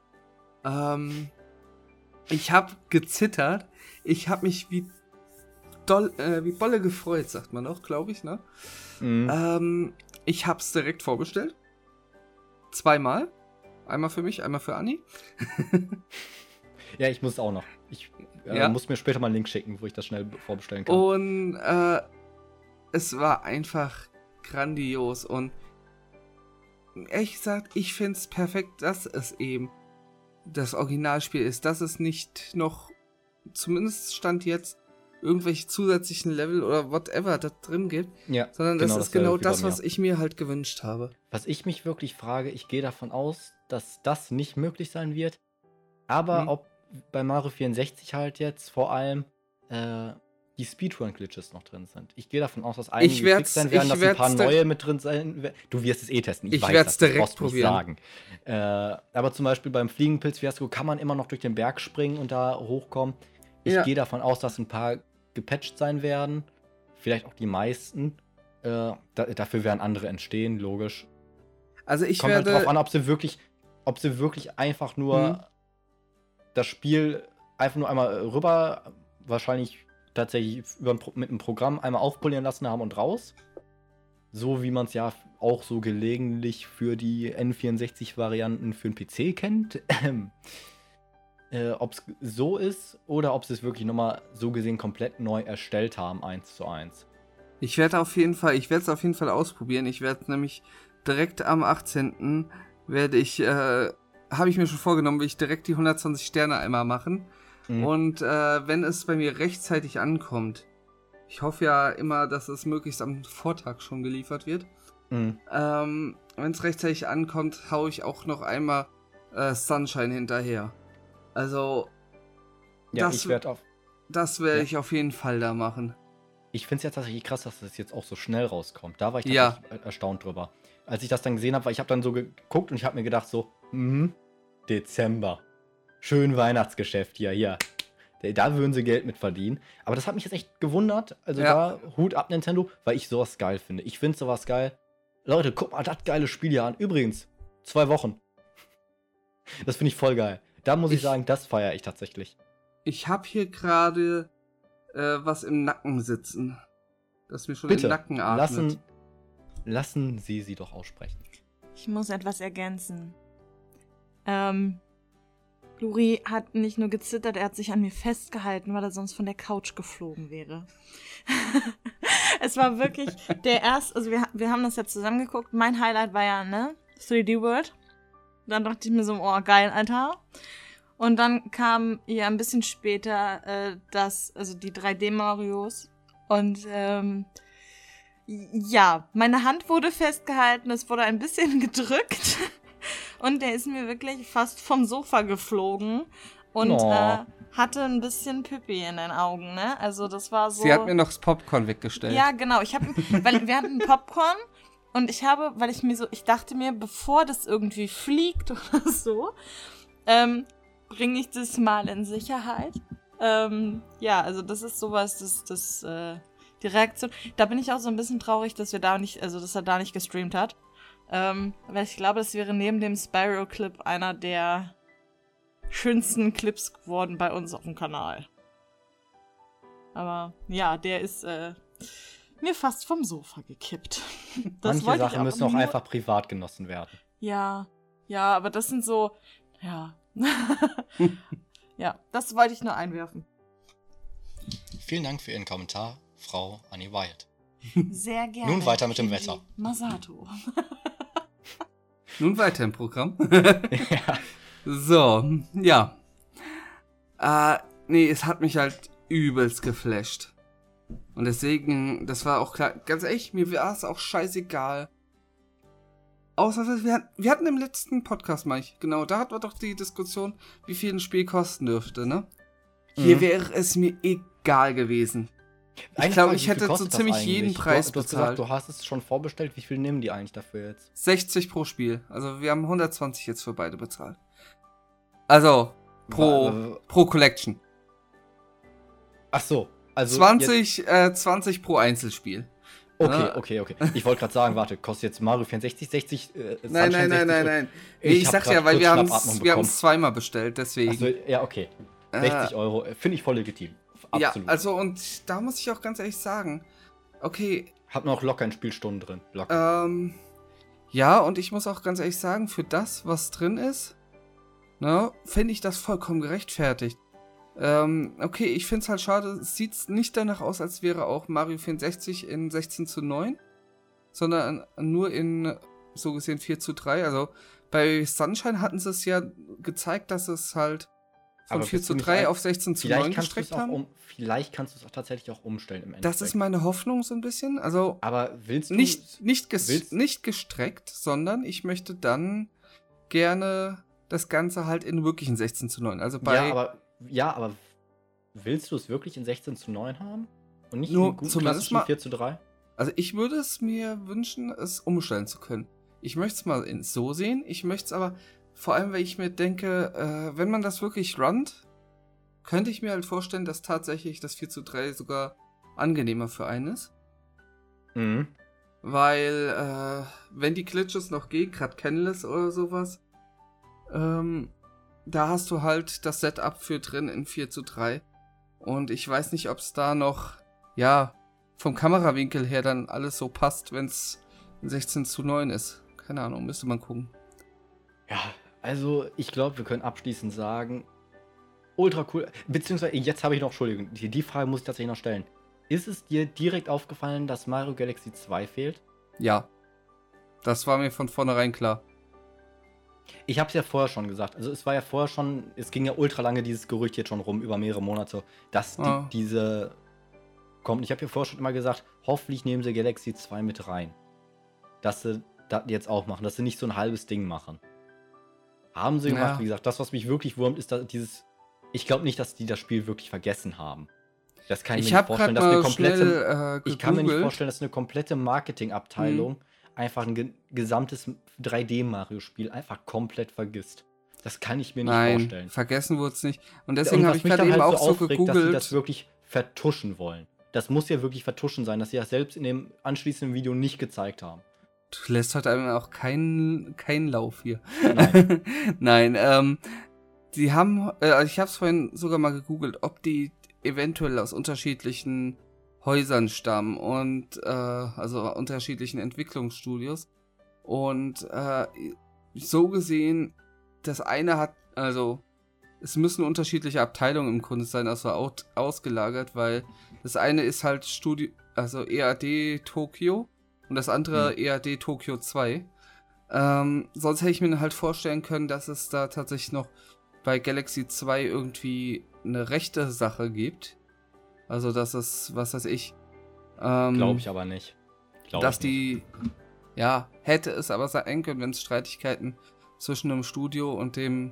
Ähm, ich hab gezittert. Ich hab mich wie doll, äh, wie Bolle gefreut, sagt man auch, glaube ich, ne? Mhm. Ähm, ich hab's direkt vorbestellt. Zweimal. Einmal für mich, einmal für Anni. Ja, ich muss auch noch. Ich äh, Ja. muss mir später mal einen Link schicken, wo ich das schnell vorbestellen kann. Und äh, es war einfach grandios. Und ehrlich gesagt, ich find's perfekt, dass es eben das Originalspiel ist. Dass es nicht noch, zumindest Stand jetzt, irgendwelche zusätzlichen Level oder whatever da drin gibt. Ja, Sondern genau das ist dasselbe genau wie bei das, mir. was ich mir halt gewünscht habe. Was ich mich wirklich frage, ich gehe davon aus, dass das nicht möglich sein wird. Aber Hm. ob bei Mario vierundsechzig halt jetzt vor allem äh, die Speedrun-Glitches noch drin sind. Ich gehe davon aus, dass einige Ich werd's- fix sein werden, ich dass ein paar werd's da- neue mit drin sein werden. Du wirst es eh testen. Ich, Ich weiß werd's das, das direkt brauchst du nicht probieren. sagen. Äh, aber zum Beispiel beim Fliegenpilz-Fiasko kann man immer noch durch den Berg springen und da hochkommen. Ich Ja. gehe davon aus, dass ein paar gepatcht sein werden. Vielleicht auch die meisten. Äh, da, dafür werden andere entstehen, logisch. Also ich Kommt halt werde... drauf an, ob sie wirklich, ob sie wirklich einfach nur Mhm. das Spiel einfach nur einmal rüber, wahrscheinlich tatsächlich über ein Pro mit einem Programm einmal aufpolieren lassen haben und raus. So wie man es ja auch so gelegentlich für die N vierundsechzig-Varianten für den P C kennt. äh, ob es so ist oder ob sie es wirklich nochmal so gesehen komplett neu erstellt haben, eins zu eins. Ich werde auf jeden Fall, ich werde es auf jeden Fall ausprobieren. Ich werde nämlich direkt am achtzehnten werde ich, äh, habe ich mir schon vorgenommen, will ich direkt die hundertzwanzig Sterne einmal machen. Mhm. Und äh, wenn es bei mir rechtzeitig ankommt, ich hoffe ja immer, dass es möglichst am Vortag schon geliefert wird. Mhm. Ähm, wenn es rechtzeitig ankommt, haue ich auch noch einmal äh, Sunshine hinterher. Also, Ja, das, ich werde auf. das werde Ja. ich auf jeden Fall da machen. Ich finde es ja tatsächlich krass, dass das jetzt auch so schnell rauskommt. Da war ich Ja. tatsächlich er- erstaunt drüber. Als ich das dann gesehen habe, weil ich habe dann so geguckt und ich habe mir gedacht so, mhm, Dezember. Schön Weihnachtsgeschäft hier, hier. Da- Da würden sie Geld mit verdienen. Aber das hat mich jetzt echt gewundert. Also Ja. da Hut ab Nintendo, weil ich sowas geil finde. Ich finde sowas geil. Leute, guck mal das geile Spiel hier an. Übrigens, zwei Wochen. Das finde ich voll geil. Da muss ich, Ich- sagen, das feiere ich tatsächlich. Ich habe hier gerade äh, was im Nacken sitzen. Das mir schon Bitte, im Nacken atmet. lassen, lassen Sie sie doch aussprechen. Ich muss etwas ergänzen. Ähm, Luri hat nicht nur gezittert, er hat sich an mir festgehalten, weil er sonst von der Couch geflogen wäre. Es war wirklich der erste, also wir, wir haben das ja zusammengeguckt. Mein Highlight war ja, ne, drei D World. Dann dachte ich mir so, oh, geil, Alter. Und dann kam ja ein bisschen später äh, das, also die drei D Marios. Und ähm, ja, meine Hand wurde festgehalten, es wurde ein bisschen gedrückt. Und der ist mir wirklich fast vom Sofa geflogen. und Oh. äh, hatte ein bisschen Pipi in den Augen, ne? Also das war so... Sie hat mir noch das Popcorn weggestellt. Ja, genau. Ich habe, weil wir hatten Popcorn und ich habe, weil ich mir so, ich dachte mir, bevor das irgendwie fliegt oder so, ähm, bringe ich das mal in Sicherheit. Ähm, ja, also das ist sowas, das, das, äh, die Reaktion. Da bin ich auch so ein bisschen traurig, dass wir da nicht, also dass er da nicht gestreamt hat. Ähm, weil ich glaube, das wäre neben dem Spyro-Clip einer der schönsten Clips geworden bei uns auf dem Kanal. Aber ja, der ist äh, mir fast vom Sofa gekippt. Das Manche wollte ich Sachen müssen auch nur- einfach privat genossen werden. Ja, ja, aber das sind so, ja. Ja, das wollte ich nur einwerfen. Vielen Dank für Ihren Kommentar, Frau Annie Wyatt. Sehr gerne. Nun weiter mit dem Shinji Wetter. Masato. Nun weiter im Programm. Ja. So, ja. Äh, nee, es hat mich halt übelst geflasht. Und deswegen, das war auch klar, ganz ehrlich, mir war es auch scheißegal. Außer, wir hatten, wir hatten im letzten Podcast, meine ich, genau, da hatten wir doch die Diskussion, wie viel ein Spiel kosten dürfte, ne? Hier Mhm. wäre es mir egal gewesen. Ich Eine glaube, Frage, ich wie viel hätte so kostet das ziemlich eigentlich? jeden Du- Preis du hast bezahlt. gesagt, du hast es schon vorbestellt. Wie viel nehmen die eigentlich dafür jetzt? sechzig pro Spiel. Also wir haben hundertzwanzig jetzt für beide bezahlt. Also, pro, Wa- pro Collection. Ach so. Also zwanzig, äh, zwanzig pro Einzelspiel. Jetzt, okay, Ah. okay, okay. Ich wollte gerade sagen, warte, kostet jetzt Mario vierundsechzig, sechzig, äh, Nein, nein, Sunshine nein, sechzig nein, und- nein. Nee, Ich ich hab sag grad ja, weil kurz wir haben Schnappatmung wir haben bekommen. es zweimal bestellt, deswegen. Also, ja, okay. sechzig Euro, äh, finde ich voll legitim. ja, Absolut. also und da muss ich auch ganz ehrlich sagen, okay, Hat man auch locker in Spielstunden drin. Locker. ähm, ja, und ich muss auch ganz ehrlich sagen, für das, was drin ist, ne, finde ich das vollkommen gerechtfertigt. Ähm, okay, ich finde es halt schade, es sieht nicht danach aus, als wäre auch Mario vierundsechzig in sechzehn zu neun, sondern nur in, so gesehen, vier zu drei. Also bei Sunshine hatten sie es ja gezeigt, dass es halt von Aber vier bist zu du nicht drei ein- auf sechzehn zu vielleicht neun kannst du es gestreckt auch haben. um, vielleicht kannst du es auch tatsächlich auch umstellen im Endeffekt. Das ist meine Hoffnung so ein bisschen. Also Aber willst du nicht, nicht, ges willst- nicht gestreckt, sondern ich möchte dann gerne das Ganze halt in wirklichen sechzehn zu neun. Also bei ja, aber ja, aber willst du es wirklich in sechzehn zu neun haben und nicht Nur in guten zumindest klassischen mal- vier zu drei? Also ich würde es mir wünschen, es umstellen zu können. Ich möchte es mal in so sehen. Ich möchte es aber, vor allem, weil ich mir denke, äh, wenn man das wirklich runnt, könnte ich mir halt vorstellen, dass tatsächlich das vier zu drei sogar angenehmer für einen ist. Mhm. Weil, äh, wenn die Glitches noch gehen, gerade Canless oder sowas, ähm, da hast du halt das Setup für drin in vier zu drei. Und ich weiß nicht, ob es da noch, ja, vom Kamerawinkel her dann alles so passt, wenn es sechzehn zu neun ist. Keine Ahnung, müsste man gucken. Ja, also ich glaube, wir können abschließend sagen, ultra cool. Beziehungsweise, jetzt habe ich noch, Entschuldigung, die, die Frage muss ich tatsächlich noch stellen. Ist es dir direkt aufgefallen, dass Mario Galaxy zwei fehlt? Ja, das war mir von vornherein klar. Ich habe es ja vorher schon gesagt. Also es war ja vorher schon, es ging ja ultra lange dieses Gerücht jetzt schon rum, über mehrere Monate, dass die, Ah. diese kommt. Ich habe ja vorher schon immer gesagt, hoffentlich nehmen sie Galaxy zwei mit rein. Dass sie das jetzt auch machen, dass sie nicht so ein halbes Ding machen. Haben sie gemacht, Ja. wie gesagt. Das, was mich wirklich wurmt, ist da dieses, ich glaube nicht, dass die das Spiel wirklich vergessen haben. Das kann ich, Ich mir nicht habe vorstellen, gerade dass eine mal komplette, schnell äh, ich kann mir nicht gegoogelt. vorstellen, dass eine komplette Marketingabteilung einfach ein ge gesamtes drei D-Mario-Spiel einfach komplett vergisst. Das kann ich mir nicht Nein, vorstellen. vergessen wurde es nicht. Und Und deswegen was habe ich mich gerade dann eben halt auch so aufregt, dass sie das gegoogelt. wirklich vertuschen wollen. Das muss ja wirklich vertuschen sein, dass sie das selbst in dem anschließenden Video nicht gezeigt haben. Du lässt heute einem auch keinen keinen Lauf hier. Nein. Nein, ähm, die haben, äh, ich habe es vorhin sogar mal gegoogelt, ob die eventuell aus unterschiedlichen Häusern stammen und äh, also unterschiedlichen Entwicklungsstudios. Und äh, so gesehen, das eine hat, also es müssen unterschiedliche Abteilungen im Grunde sein, also out, ausgelagert, weil das eine ist halt Studio, also E A D Tokio und das andere Hm. E A D Tokio zwei. Ähm, sonst hätte ich mir halt vorstellen können, dass es da tatsächlich noch bei Galaxy zwei irgendwie eine rechte Sache gibt. Also, dass es, was weiß ich, ähm, Glaube ich aber nicht. Glaub dass ich nicht. die, ja, hätte es aber sein können, wenn es Streitigkeiten zwischen dem Studio und dem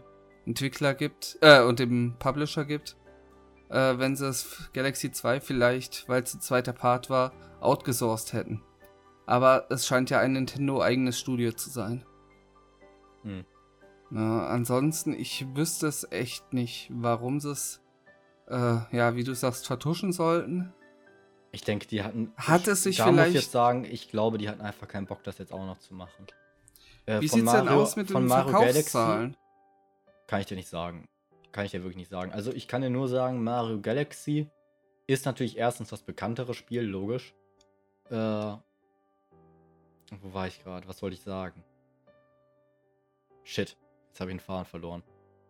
Entwickler gibt, äh, und dem Publisher gibt, äh, wenn sie das Galaxy zwei vielleicht, weil es ein zweiter Part war, outgesourced hätten. Aber es scheint ja ein Nintendo-eigenes Studio zu sein. Hm. Ja, ansonsten, ich wüsste es echt nicht, warum sie es, äh, ja, wie du sagst, vertuschen sollten. Ich denke, die hatten. Hat ich, es sich da vielleicht- muss ich jetzt sagen, ich glaube, die hatten einfach keinen Bock, das jetzt auch noch zu machen. Äh, Wie von sieht's denn Mario- aus mit von den Mario Verkaufszahlen? Kann ich dir nicht sagen. Kann ich dir wirklich nicht sagen. Also ich kann dir nur sagen, Mario Galaxy ist natürlich erstens das bekanntere Spiel, logisch. Äh, wo war ich gerade? Was wollte ich sagen? Shit, jetzt habe ich den Faden verloren.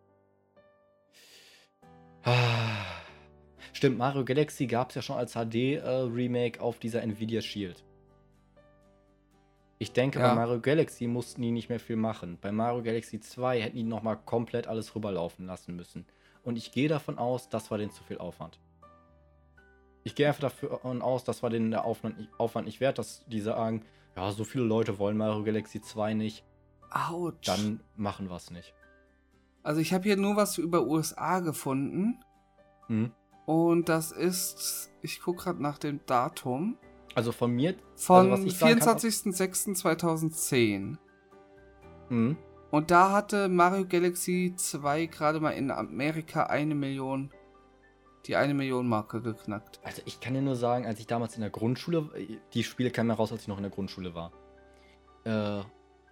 Ah. Stimmt, Mario Galaxy gab es ja schon als H D-Remake auf dieser Nvidia Shield. Ich denke, Ja. bei Mario Galaxy mussten die nicht mehr viel machen. Bei Mario Galaxy zwei hätten die nochmal komplett alles rüberlaufen lassen müssen. Und ich gehe davon aus, das war denen zu viel Aufwand. Ich gehe einfach davon aus, das war denen der Aufwand, Aufwand nicht wert, dass die sagen, ja, so viele Leute wollen Mario Galaxy zwei nicht, Autsch. dann machen wir es nicht. Also ich habe hier nur was über U S A gefunden. Mhm. Und das ist, ich gucke gerade nach dem Datum, Also von mir, von also was ich sagen kann, vierundzwanzigster sechster zweitausendzehn. Mhm. Und da hatte Mario Galaxy zwei gerade mal in Amerika eine Million, die eine Million Marke geknackt. Also ich kann dir nur sagen, als ich damals in der Grundschule, die Spiele kamen ja raus, als ich noch in der Grundschule war. Äh,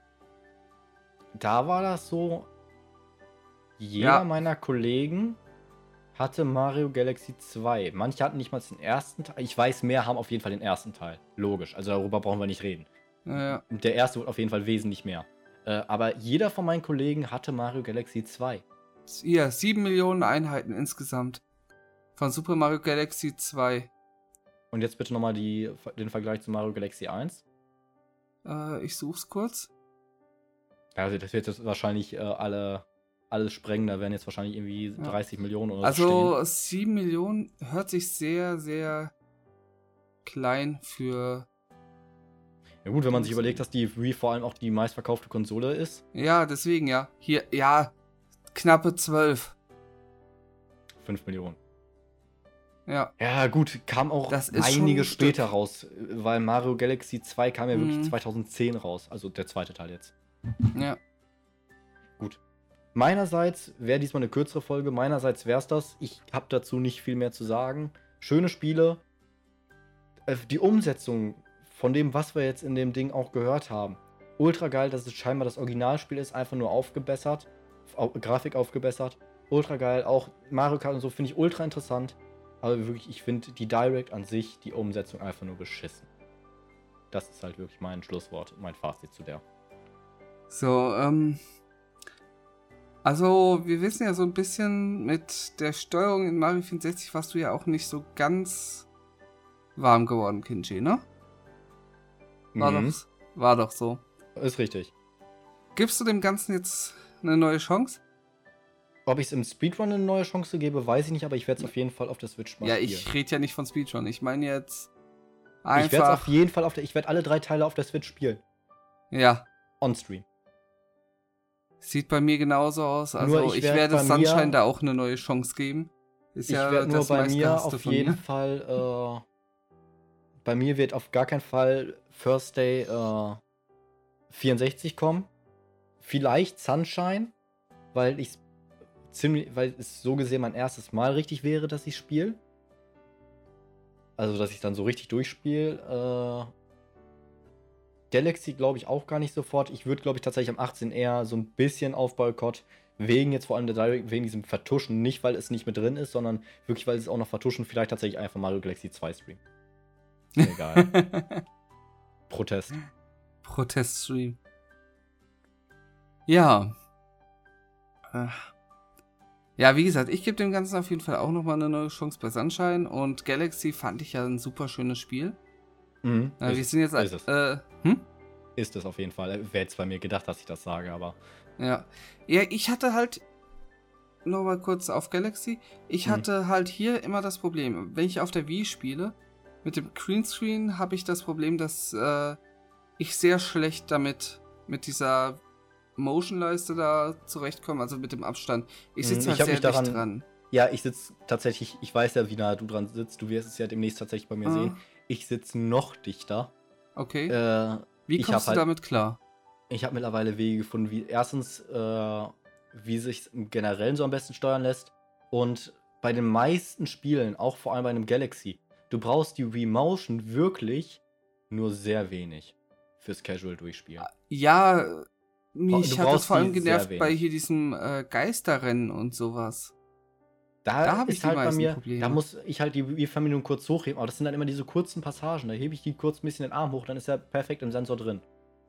da war das so, jeder Ja. meiner Kollegen hatte Mario Galaxy zwei. Manche hatten nicht mal den ersten Teil. Ich weiß, mehr haben auf jeden Fall den ersten Teil. Logisch, also darüber brauchen wir nicht reden. Ja, Der erste wird auf jeden Fall wesentlich mehr. Äh, aber jeder von meinen Kollegen hatte Mario Galaxy zwei. hier, sieben Millionen Einheiten insgesamt. Von Super Mario Galaxy zwei. Und jetzt bitte nochmal die, den Vergleich zu Mario Galaxy eins. Äh, ich such's kurz. Also das wird jetzt wahrscheinlich äh, alle, alles sprengen, da werden jetzt wahrscheinlich irgendwie Ja. dreißig Millionen oder so Also sieben Millionen hört sich sehr, sehr klein für... Ja gut, wenn man sich überlegt, dass die Wii vor allem auch die meistverkaufte Konsole ist. Ja, deswegen ja. Hier, ja, knappe zwölf. fünf Millionen. Ja. Ja gut, kam auch Das ist schon einige ein später Stück. raus, weil Mario Galaxy zwei kam ja Mhm. wirklich zweitausendzehn raus, also der zweite Teil jetzt. Ja. Gut. Meinerseits wäre diesmal eine kürzere Folge, meinerseits wäre es das. Ich habe dazu nicht viel mehr zu sagen. Schöne Spiele. Äh, Die Umsetzung von dem, was wir jetzt in dem Ding auch gehört haben. Ultra geil, dass es scheinbar das Originalspiel ist, einfach nur aufgebessert. Au Grafik aufgebessert. Ultra geil, auch Mario Kart und so finde ich ultra interessant. Aber wirklich, ich finde die Direct an sich, die Umsetzung einfach nur beschissen. Das ist halt wirklich mein Schlusswort, mein Fazit zu der. So, ähm. Also, wir wissen ja so ein bisschen, mit der Steuerung in Mario vierundsechzig warst du ja auch nicht so ganz warm geworden, Kinji, ne? War, Mhm. doch, war doch so. Ist richtig. Gibst du dem Ganzen jetzt eine neue Chance? Ob ich es im Speedrun eine neue Chance gebe, weiß ich nicht, aber ich werde es auf jeden Fall auf der Switch mal Ja, spielen. ich rede ja nicht von Speedrun. Ich meine jetzt Ich werde es einfach. auf jeden Fall auf der, ich werde alle drei Teile auf der Switch spielen. Ja, On-Stream. sieht bei mir genauso aus. Also, Nur ich ich, werd werde bei Sunshine mir- da auch eine neue Chance geben. Ist Ich ja werde nur das bei mir meistgehasste auf von jeden mir. Fall, äh, bei mir wird auf gar keinen Fall First Day äh, vierundsechzig kommen. Vielleicht Sunshine, weil ich ziemlich, weil es so gesehen mein erstes Mal richtig wäre, dass ich spiele. Also, dass ich dann so richtig durchspiele. Äh, Galaxy glaube ich auch gar nicht sofort. Ich würde, glaube ich, tatsächlich am achtzehnten eher so ein bisschen auf Boykott. Wegen jetzt vor allem der Direct, wegen diesem Vertuschen. Nicht, weil es nicht mit drin ist, sondern wirklich, weil es auch noch vertuschen. Vielleicht tatsächlich einfach Mario Galaxy zwei Stream. Egal. Protest. Proteststream. Ja. Äh. Ja, wie gesagt, ich gebe dem Ganzen auf jeden Fall auch nochmal eine neue Chance bei Sunshine. Und Galaxy fand ich ja ein super schönes Spiel. Mhm. Äh, wir ist, sind jetzt. ist es. Äh, hm? ist es auf jeden Fall. Wer hätte es bei mir gedacht, dass ich das sage, aber. Ja. Ja, ich hatte halt. Nochmal kurz auf Galaxy. Ich Mhm. hatte halt hier immer das Problem, wenn ich auf der Wii spiele, mit dem Greenscreen habe ich das Problem, dass äh, ich sehr schlecht damit, mit dieser Motion-Leiste da zurechtkommen, also mit dem Abstand. Ich sitze Hm, halt ich hab sehr mich daran- dicht dran. Ja, ich sitze tatsächlich, ich weiß ja, wie nah du dran sitzt. Du wirst es ja demnächst tatsächlich bei mir Ah. sehen. Ich sitze noch dichter. Okay. Äh, Wie ich kommst hab du halt- damit klar? Ich habe mittlerweile Wege gefunden, wie erstens, äh, wie sich generell so am besten steuern lässt. Und bei den meisten Spielen, auch vor allem bei einem Galaxy, du brauchst die Wii Motion wirklich nur sehr wenig fürs Casual Durchspielen. Ja, mich Du hat das brauchst vor allem die sehr genervt wenig. bei hier diesem äh, Geisterrennen und sowas. Da, Da hab ich ist die halt bei meisten mir, Probleme. da muss ich halt die Wii-Familie nur kurz hochheben, aber das sind dann immer diese kurzen Passagen. Da hebe ich die kurz ein bisschen den Arm hoch, dann ist er perfekt im Sensor drin.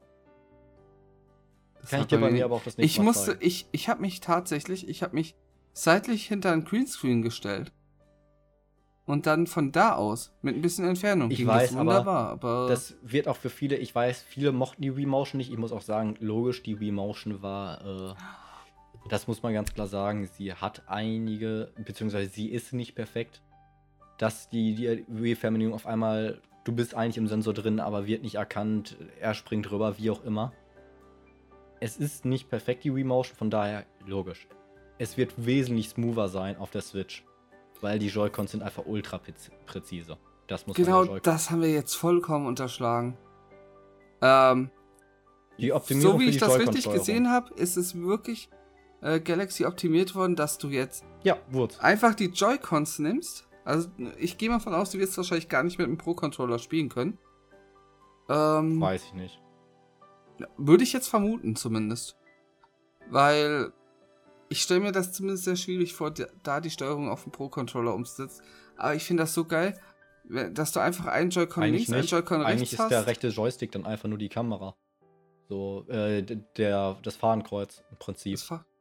Das Kann ich hat dir bei bei mir- mir aber auch das nächste Ich Mal musste, zeigen. ich, ich habe mich tatsächlich, ich habe mich seitlich hinter ein Greenscreen gestellt. Und dann von da aus, mit ein bisschen Entfernung, Ich ging weiß, das aber wunderbar. Aber, Das wird auch für viele, ich weiß, viele mochten die Wii Motion nicht. Ich muss auch sagen, logisch, die Wii Motion war, äh, das muss man ganz klar sagen, sie hat einige, beziehungsweise sie ist nicht perfekt. Dass die, die Wii-Fernbedienung auf einmal, du bist eigentlich im Sensor drin, aber wird nicht erkannt, er springt rüber, wie auch immer. Es ist nicht perfekt, die Wii Motion, von daher logisch. Es wird wesentlich smoother sein auf der Switch, weil die Joy-Cons sind einfach ultra präz- präzise. Das muss man genau der Joy-Con- das haben wir jetzt vollkommen unterschlagen. Ähm, Die Optimierung so wie für ich die das richtig Joy-Con-Steuerung. gesehen habe, ist es wirklich äh, Galaxy optimiert worden, dass du jetzt Ja, Wurz. einfach die Joy-Cons nimmst. Also ich gehe mal von aus, du wirst wahrscheinlich gar nicht mit einem Pro-Controller spielen können. Ähm, Weiß ich nicht. Würde ich jetzt vermuten, zumindest. Weil ich stelle mir das zumindest sehr schwierig vor, da die Steuerung auf dem Pro-Controller umzusetzen. Aber ich finde das so geil, dass du einfach einen Joy-Con Eigentlich links, einen nicht. Joy-Con rechts Eigentlich ist hast. der rechte Joystick dann einfach nur die Kamera. So, äh, d- der, das Fahnenkreuz im Prinzip. Das war-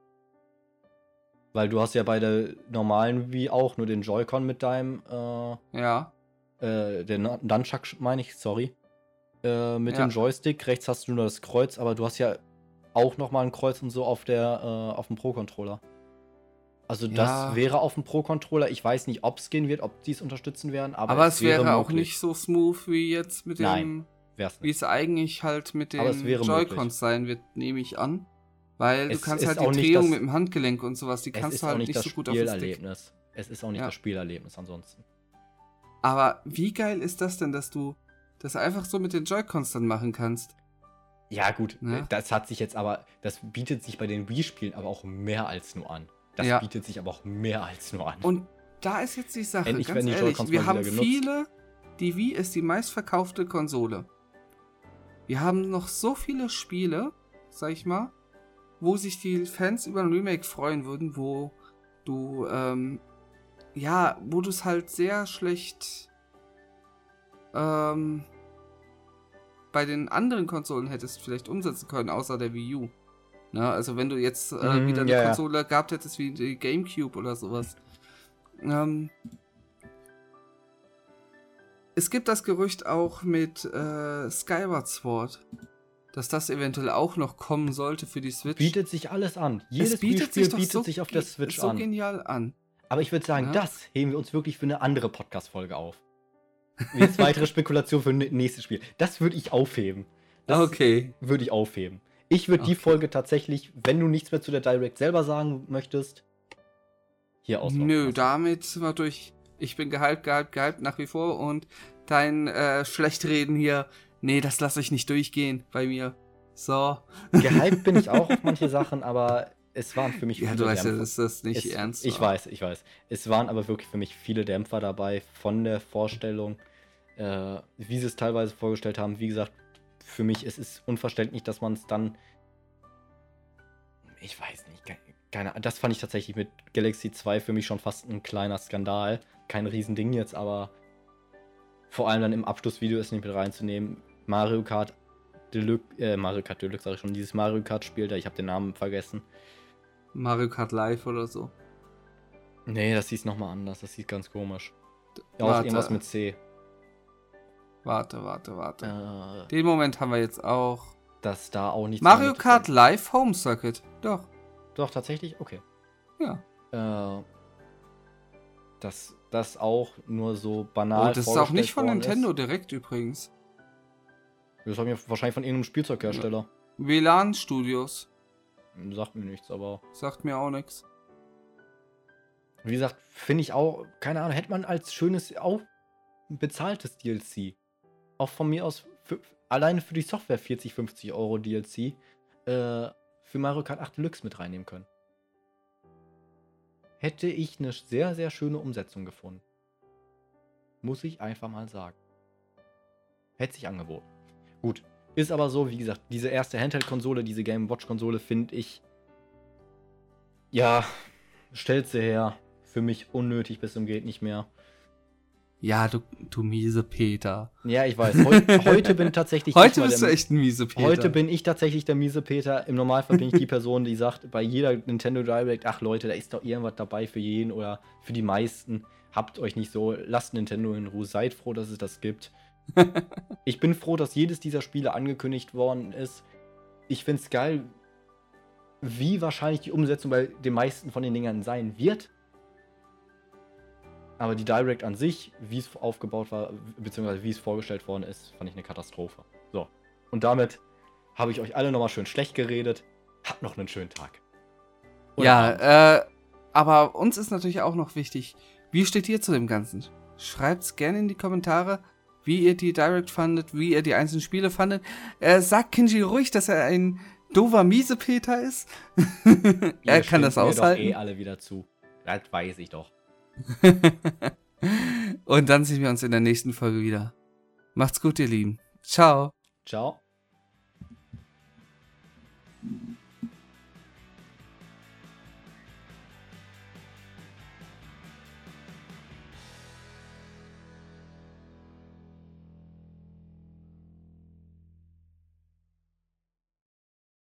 Weil du hast ja bei der normalen Wii auch nur den Joy-Con mit deinem, äh, ja, äh, den Nunchuck, meine ich, sorry. Äh, mit Ja. dem Joystick. Rechts hast du nur das Kreuz, aber du hast ja auch nochmal ein Kreuz und so auf der, äh, auf dem Pro-Controller. Also das Ja. wäre auf dem Pro-Controller. Ich weiß nicht, ob es gehen wird, ob die es unterstützen werden, aber, aber, es wäre, auch möglich. nicht so smooth wie jetzt mit dem, Nein, Wär's wie nicht. es eigentlich halt mit Aber es den wäre Joy-Cons möglich. sein wird, nehme ich an. Weil Es du kannst ist halt auch die nicht Drehung das- mit dem Handgelenk und sowas, die Es kannst ist du auch halt nicht nicht das so gut auf den Stick. Spielerlebnis. Es ist auch nicht Ja. das Spielerlebnis ansonsten. Aber wie geil ist das denn, dass du das einfach so mit den Joy-Cons dann machen kannst? Ja, gut, Ja. äh, das hat sich jetzt aber, das bietet sich bei den Wii-Spielen aber auch mehr als nur an. Das Ja. bietet sich aber auch mehr als nur an. Und da ist jetzt die Sache, Endlich ganz werden die ehrlich, Joy-Cons wir mal haben wieder genutzt. viele, die Wii ist die meistverkaufte Konsole. Wir haben noch so viele Spiele, sag ich mal, wo sich die Fans über ein Remake freuen würden, wo du, ähm, ja, wo du es halt sehr schlecht, ähm, bei den anderen Konsolen hättest vielleicht umsetzen können, außer der Wii U. Na, also wenn du jetzt äh, Mm, wieder eine ja, ja. Konsole gehabt hättest wie die GameCube oder sowas. Ähm, es gibt das Gerücht auch mit äh, Skyward Sword, dass das eventuell auch noch kommen sollte für die Switch. Bietet sich alles an. Jedes es bietet Wii-Spiel sich doch bietet so, sich auf der ge- Switch so an. genial an. Aber ich würde sagen, Ja. das heben wir uns wirklich für eine andere Podcast-Folge auf. Jetzt weitere Spekulation für ein nächstes Spiel. Das würde ich aufheben. Das Okay. würde ich aufheben. Ich würde die Okay. Folge tatsächlich, wenn du nichts mehr zu der Direct selber sagen möchtest, hier auslaufen Nö, lassen. damit sind wir durch. Ich bin gehypt, gehypt, gehypt nach wie vor und dein äh, Schlechtreden hier, nee, das lasse ich nicht durchgehen bei mir. So. Gehypt bin ich auch auf manche Sachen, aber es waren für mich Ja, viele du weißt ja, Dämpfer. dass das nicht es, ernst Ich war. weiß, ich weiß. Es waren aber wirklich für mich viele Dämpfer dabei von der Vorstellung, äh, wie sie es teilweise vorgestellt haben. Wie gesagt, für mich es ist unverständlich, dass man es dann, ich weiß nicht, ke- keine Ahnung, das fand ich tatsächlich mit Galaxy zwei für mich schon fast ein kleiner Skandal. Kein Riesending jetzt, aber vor allem dann im Abschlussvideo es nicht mit reinzunehmen. Mario Kart Deluxe, äh, Mario Kart Deluxe sag ich schon, dieses Mario Kart Spiel, da ich habe den Namen vergessen. Mario Kart Live oder so. Nee, das hieß nochmal anders, das hieß ganz komisch. Ja, auch Warte. irgendwas mit C. Warte, warte, warte. Äh, Den Moment haben wir jetzt auch. dass da auch nichts Mario damit- Kart Live Home Circuit. Doch. Doch, tatsächlich? Okay. Ja. Äh, dass das auch nur so banal Und das ist auch nicht vorgestellt von worden Nintendo Ist. direkt übrigens. Das haben wir wahrscheinlich von irgendeinem Spielzeughersteller. W L A N-Studios. Sagt mir nichts, aber Sagt mir auch nichts. wie gesagt, finde ich auch, keine Ahnung, hätte man als schönes, auch bezahltes D L C, auch von mir aus, für, alleine für die Software vierzig, fünfzig Euro D L C, äh, für Mario Kart acht Deluxe mit reinnehmen können. Hätte ich eine sehr, sehr schöne Umsetzung gefunden. Muss ich einfach mal sagen. Hätte sich angeboten. Gut, ist aber so, wie gesagt, diese erste Handheld-Konsole, diese Game Watch-Konsole, finde ich, ja, stellt sie her. Für mich unnötig bis zum geht nicht mehr. Ja, du, du miese Peter. Ja, ich weiß. Heu, heute bin tatsächlich Heute ich bist der, du echt ein miese Peter. Heute bin ich tatsächlich der miese Peter. Im Normalfall bin ich die Person, die sagt, bei jeder Nintendo Direct, ach Leute, da ist doch irgendwas dabei für jeden oder für die meisten. Habt euch nicht so, lasst Nintendo in Ruhe. Seid froh, dass es das gibt. Ich bin froh, dass jedes dieser Spiele angekündigt worden ist. Ich find's geil, wie wahrscheinlich die Umsetzung bei den meisten von den Dingern sein wird. Aber die Direct an sich, wie es aufgebaut war, beziehungsweise wie es vorgestellt worden ist, fand ich eine Katastrophe. So. Und damit habe ich euch alle nochmal schön schlecht geredet. Habt noch einen schönen Tag. Oder Abend. Ja, äh, aber uns ist natürlich auch noch wichtig, wie steht ihr zu dem Ganzen? Schreibt's gerne in die Kommentare, wie ihr die Direct fandet, wie ihr die einzelnen Spiele fandet. Äh, sagt Kinji ruhig, dass er ein doofer Miesepeter ist. Er kann das Ihr aushalten. doch eh alle wieder zu. Das weiß ich doch. Und dann sehen wir uns in der nächsten Folge wieder. Macht's gut, ihr Lieben. Ciao. Ciao.